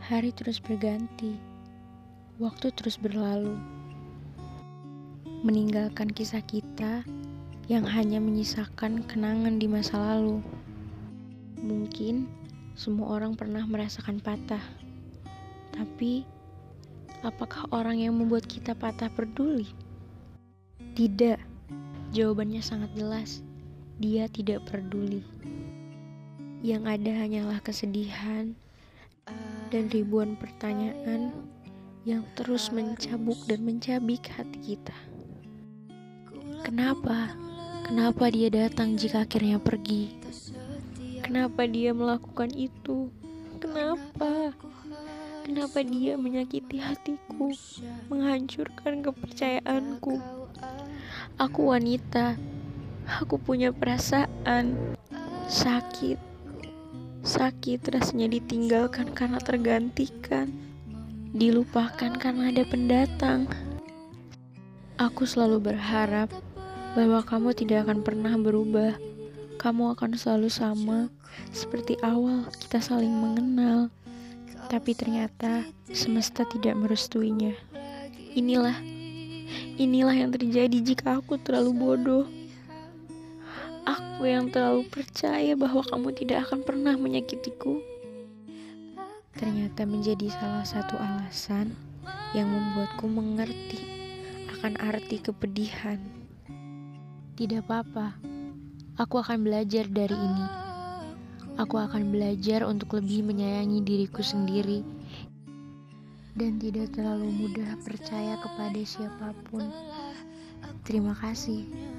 Hari terus berganti, waktu terus berlalu, meninggalkan kisah kita yang hanya menyisakan kenangan di masa lalu. Mungkin semua orang pernah merasakan patah, tapi apakah orang yang membuat kita patah peduli? Tidak, jawabannya sangat jelas. Dia tidak peduli. Yang ada hanyalah kesedihan dan ribuan pertanyaan yang terus mencabuk dan mencabik hati kita. Kenapa? Kenapa dia datang jika akhirnya pergi? Kenapa dia melakukan itu? Kenapa? Kenapa dia menyakiti hatiku, menghancurkan kepercayaanku? Aku wanita, aku punya perasaan. Sakit rasanya ditinggalkan karena tergantikan, dilupakan karena ada pendatang. Aku selalu berharap bahwa kamu tidak akan pernah berubah. Kamu akan selalu sama seperti awal kita saling mengenal. Tapi ternyata semesta tidak merestuinya. Inilah yang terjadi jika aku terlalu bodoh. Aku yang terlalu percaya bahwa kamu tidak akan pernah menyakitiku. Ternyata menjadi salah satu alasan yang membuatku mengerti akan arti kepedihan. Tidak apa-apa, aku akan belajar dari ini. Aku akan belajar untuk lebih menyayangi diriku sendiri dan tidak terlalu mudah percaya kepada siapapun. Terima kasih.